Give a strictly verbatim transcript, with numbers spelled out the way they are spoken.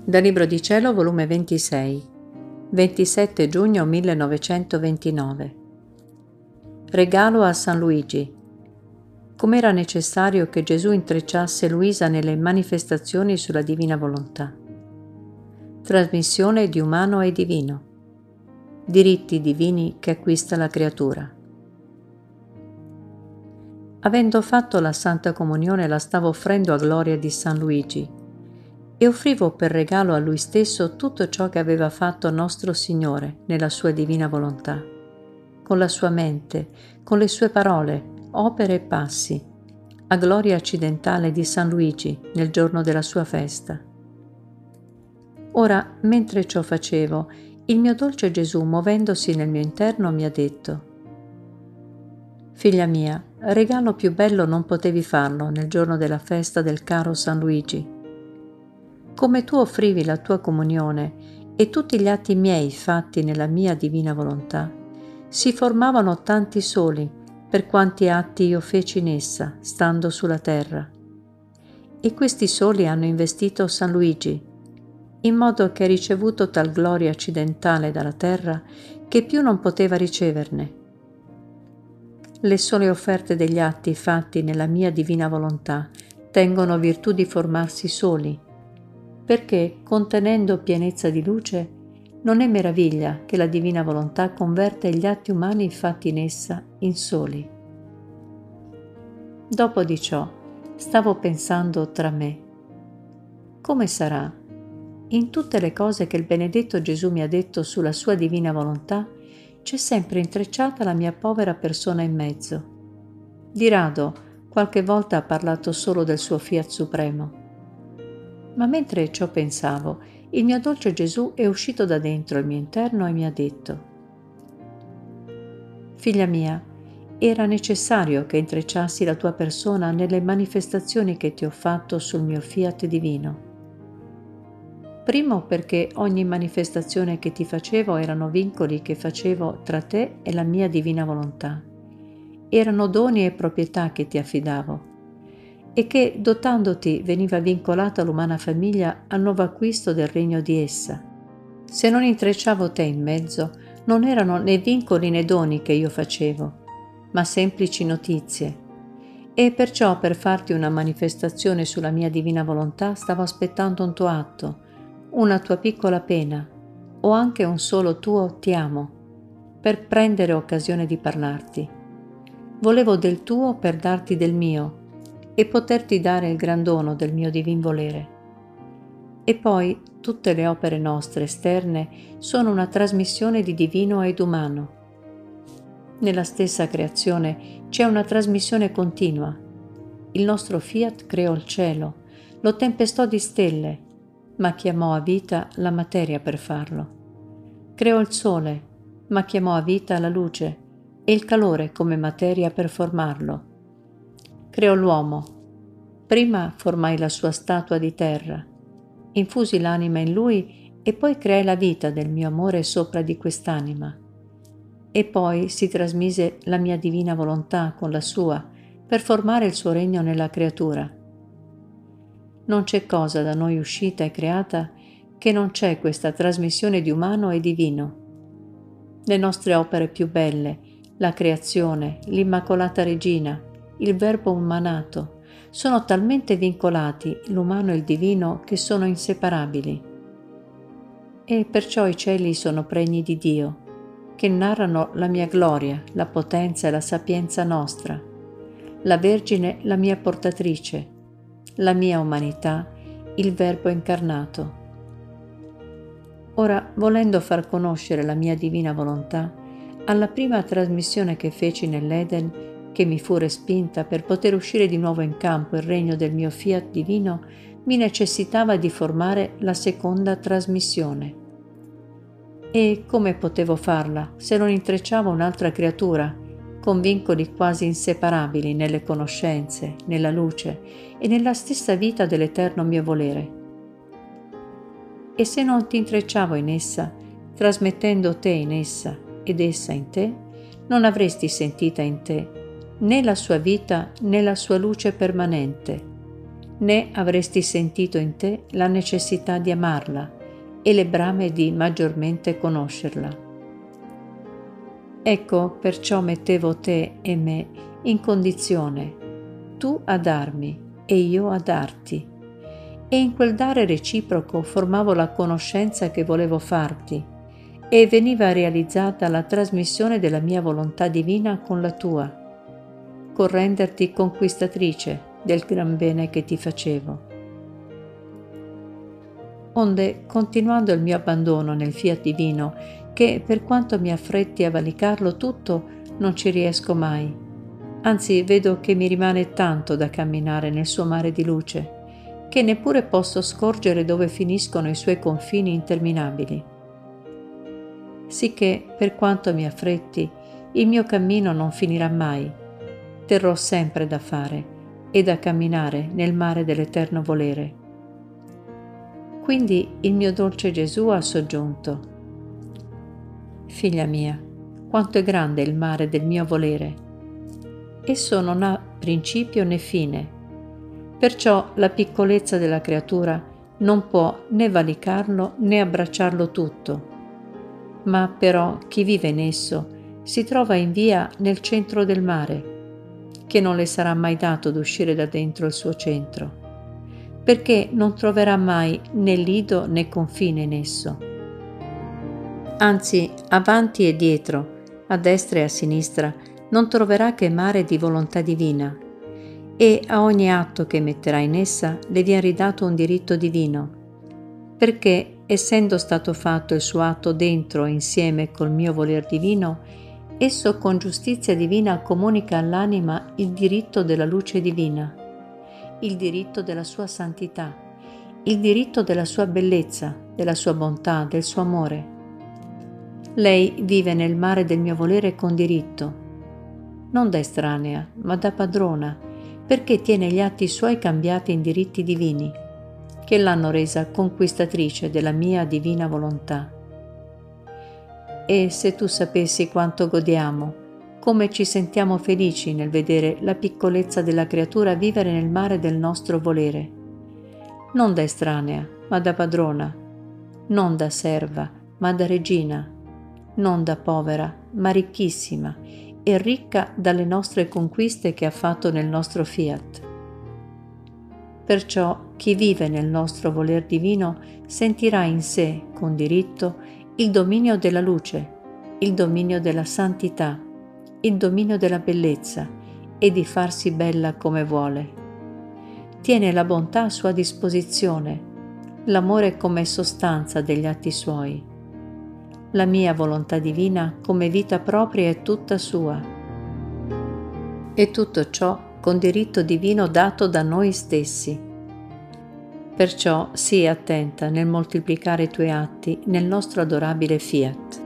Dal Libro di Cielo, volume ventisei, ventisette giugno millenovecentoventinove. Regalo a San Luigi. Com'era necessario che Gesù intrecciasse Luisa nelle manifestazioni sulla divina volontà. Trasmissione di umano e divino. Diritti divini che acquista la creatura. Avendo fatto la Santa Comunione, la stavo offrendo a gloria di San Luigi e offrivo per regalo a lui stesso tutto ciò che aveva fatto nostro Signore nella sua divina volontà, con la sua mente, con le sue parole, opere e passi, a gloria accidentale di San Luigi nel giorno della sua festa. Ora, mentre ciò facevo, il mio dolce Gesù, muovendosi nel mio interno, mi ha detto: «Figlia mia, regalo più bello non potevi farlo nel giorno della festa del caro San Luigi. Come tu offrivi la tua comunione e tutti gli atti miei fatti nella mia divina volontà, si formavano tanti soli per quanti atti io feci in essa, stando sulla terra. E questi soli hanno investito San Luigi, in modo che ha ricevuto tal gloria accidentale dalla terra che più non poteva riceverne. Le sole offerte degli atti fatti nella mia divina volontà tengono virtù di formarsi soli, perché, contenendo pienezza di luce, non è meraviglia che la divina volontà converte gli atti umani fatti in essa in soli. Dopo di ciò, stavo pensando tra me: come sarà? In tutte le cose che il benedetto Gesù mi ha detto sulla sua divina volontà, c'è sempre intrecciata la mia povera persona in mezzo. Di rado, qualche volta ha parlato solo del suo fiat supremo. Ma mentre ciò pensavo, il mio dolce Gesù è uscito da dentro il mio interno e mi ha detto: «Figlia mia, era necessario che intrecciassi la tua persona nelle manifestazioni che ti ho fatto sul mio fiat divino. Primo, perché ogni manifestazione che ti facevo erano vincoli che facevo tra te e la mia divina volontà. Erano doni e proprietà che ti affidavo, e che, dotandoti, veniva vincolata l'umana famiglia al nuovo acquisto del regno di essa. Se non intrecciavo te in mezzo, non erano né vincoli né doni che io facevo, ma semplici notizie. E perciò, per farti una manifestazione sulla mia divina volontà, stavo aspettando un tuo atto, una tua piccola pena, o anche un solo tuo ti amo, per prendere occasione di parlarti. Volevo del tuo per darti del mio, e poterti dare il gran dono del mio divin volere. E poi tutte le opere nostre esterne sono una trasmissione di divino ed umano. Nella stessa creazione c'è una trasmissione continua. Il nostro fiat creò il cielo, lo tempestò di stelle, ma chiamò a vita la materia per farlo. Creò il sole, ma chiamò a vita la luce e il calore come materia per formarlo. Creò l'uomo. Prima formai la sua statua di terra, infusi l'anima in lui e poi creai la vita del mio amore sopra di quest'anima. E poi si trasmise la mia divina volontà con la sua per formare il suo regno nella creatura. Non c'è cosa da noi uscita e creata che non c'è questa trasmissione di umano e divino. Le nostre opere più belle, la creazione, l'Immacolata Regina, il Verbo umanato, sono talmente vincolati l'umano e il divino che sono inseparabili. E perciò i cieli sono pregni di Dio, che narrano la mia gloria, la potenza e la sapienza nostra, la Vergine la mia portatrice, la mia umanità, il Verbo incarnato. Ora, volendo far conoscere la mia divina volontà, alla prima trasmissione che feci nell'Eden, che mi fu respinta per poter uscire di nuovo in campo il regno del mio fiat divino, mi necessitava di formare la seconda trasmissione. E come potevo farla se non intrecciavo un'altra creatura, con vincoli quasi inseparabili nelle conoscenze, nella luce e nella stessa vita dell'eterno mio volere? E se non ti intrecciavo in essa, trasmettendo te in essa ed essa in te, non avresti sentita in te né la sua vita né la sua luce permanente, né avresti sentito in te la necessità di amarla e le brame di maggiormente conoscerla. Ecco, perciò mettevo te e me in condizione, tu a darmi e io a darti, e in quel dare reciproco formavo la conoscenza che volevo farti, e veniva realizzata la trasmissione della mia volontà divina con la tua, con renderti conquistatrice del gran bene che ti facevo. Onde, continuando il mio abbandono nel fiat divino, che per quanto mi affretti a valicarlo tutto, non ci riesco mai, anzi vedo che mi rimane tanto da camminare nel suo mare di luce, che neppure posso scorgere dove finiscono i suoi confini interminabili. Sicché, per quanto mi affretti, il mio cammino non finirà mai, terrò sempre da fare e da camminare nel mare dell'eterno volere. Quindi il mio dolce Gesù ha soggiunto: Figlia mia, quanto è grande il mare del mio volere! Esso non ha principio né fine, perciò la piccolezza della creatura non può né valicarlo né abbracciarlo tutto, ma però chi vive in esso si trova in via nel centro del mare, che non le sarà mai dato d'uscire da dentro il suo centro, perché non troverà mai né lido né confine in esso. Anzi, avanti e dietro, a destra e a sinistra, non troverà che mare di volontà divina, e a ogni atto che metterà in essa le viene ridato un diritto divino, perché, essendo stato fatto il suo atto dentro e insieme col mio voler divino, esso con giustizia divina comunica all'anima il diritto della luce divina, il diritto della sua santità, il diritto della sua bellezza, della sua bontà, del suo amore. Lei vive nel mare del mio volere con diritto, non da estranea, ma da padrona, perché tiene gli atti suoi cambiati in diritti divini, che l'hanno resa conquistatrice della mia divina volontà. E se tu sapessi quanto godiamo, come ci sentiamo felici nel vedere la piccolezza della creatura vivere nel mare del nostro volere, non da estranea, ma da padrona, non da serva, ma da regina, non da povera, ma ricchissima, e ricca dalle nostre conquiste che ha fatto nel nostro fiat. Perciò chi vive nel nostro voler divino sentirà in sé, con diritto, il dominio della luce, il dominio della santità, il dominio della bellezza e di farsi bella come vuole. Tiene la bontà a sua disposizione, l'amore come sostanza degli atti suoi, la mia volontà divina come vita propria e tutta sua, e tutto ciò con diritto divino dato da noi stessi. Perciò sii attenta nel moltiplicare i tuoi atti nel nostro adorabile fiat.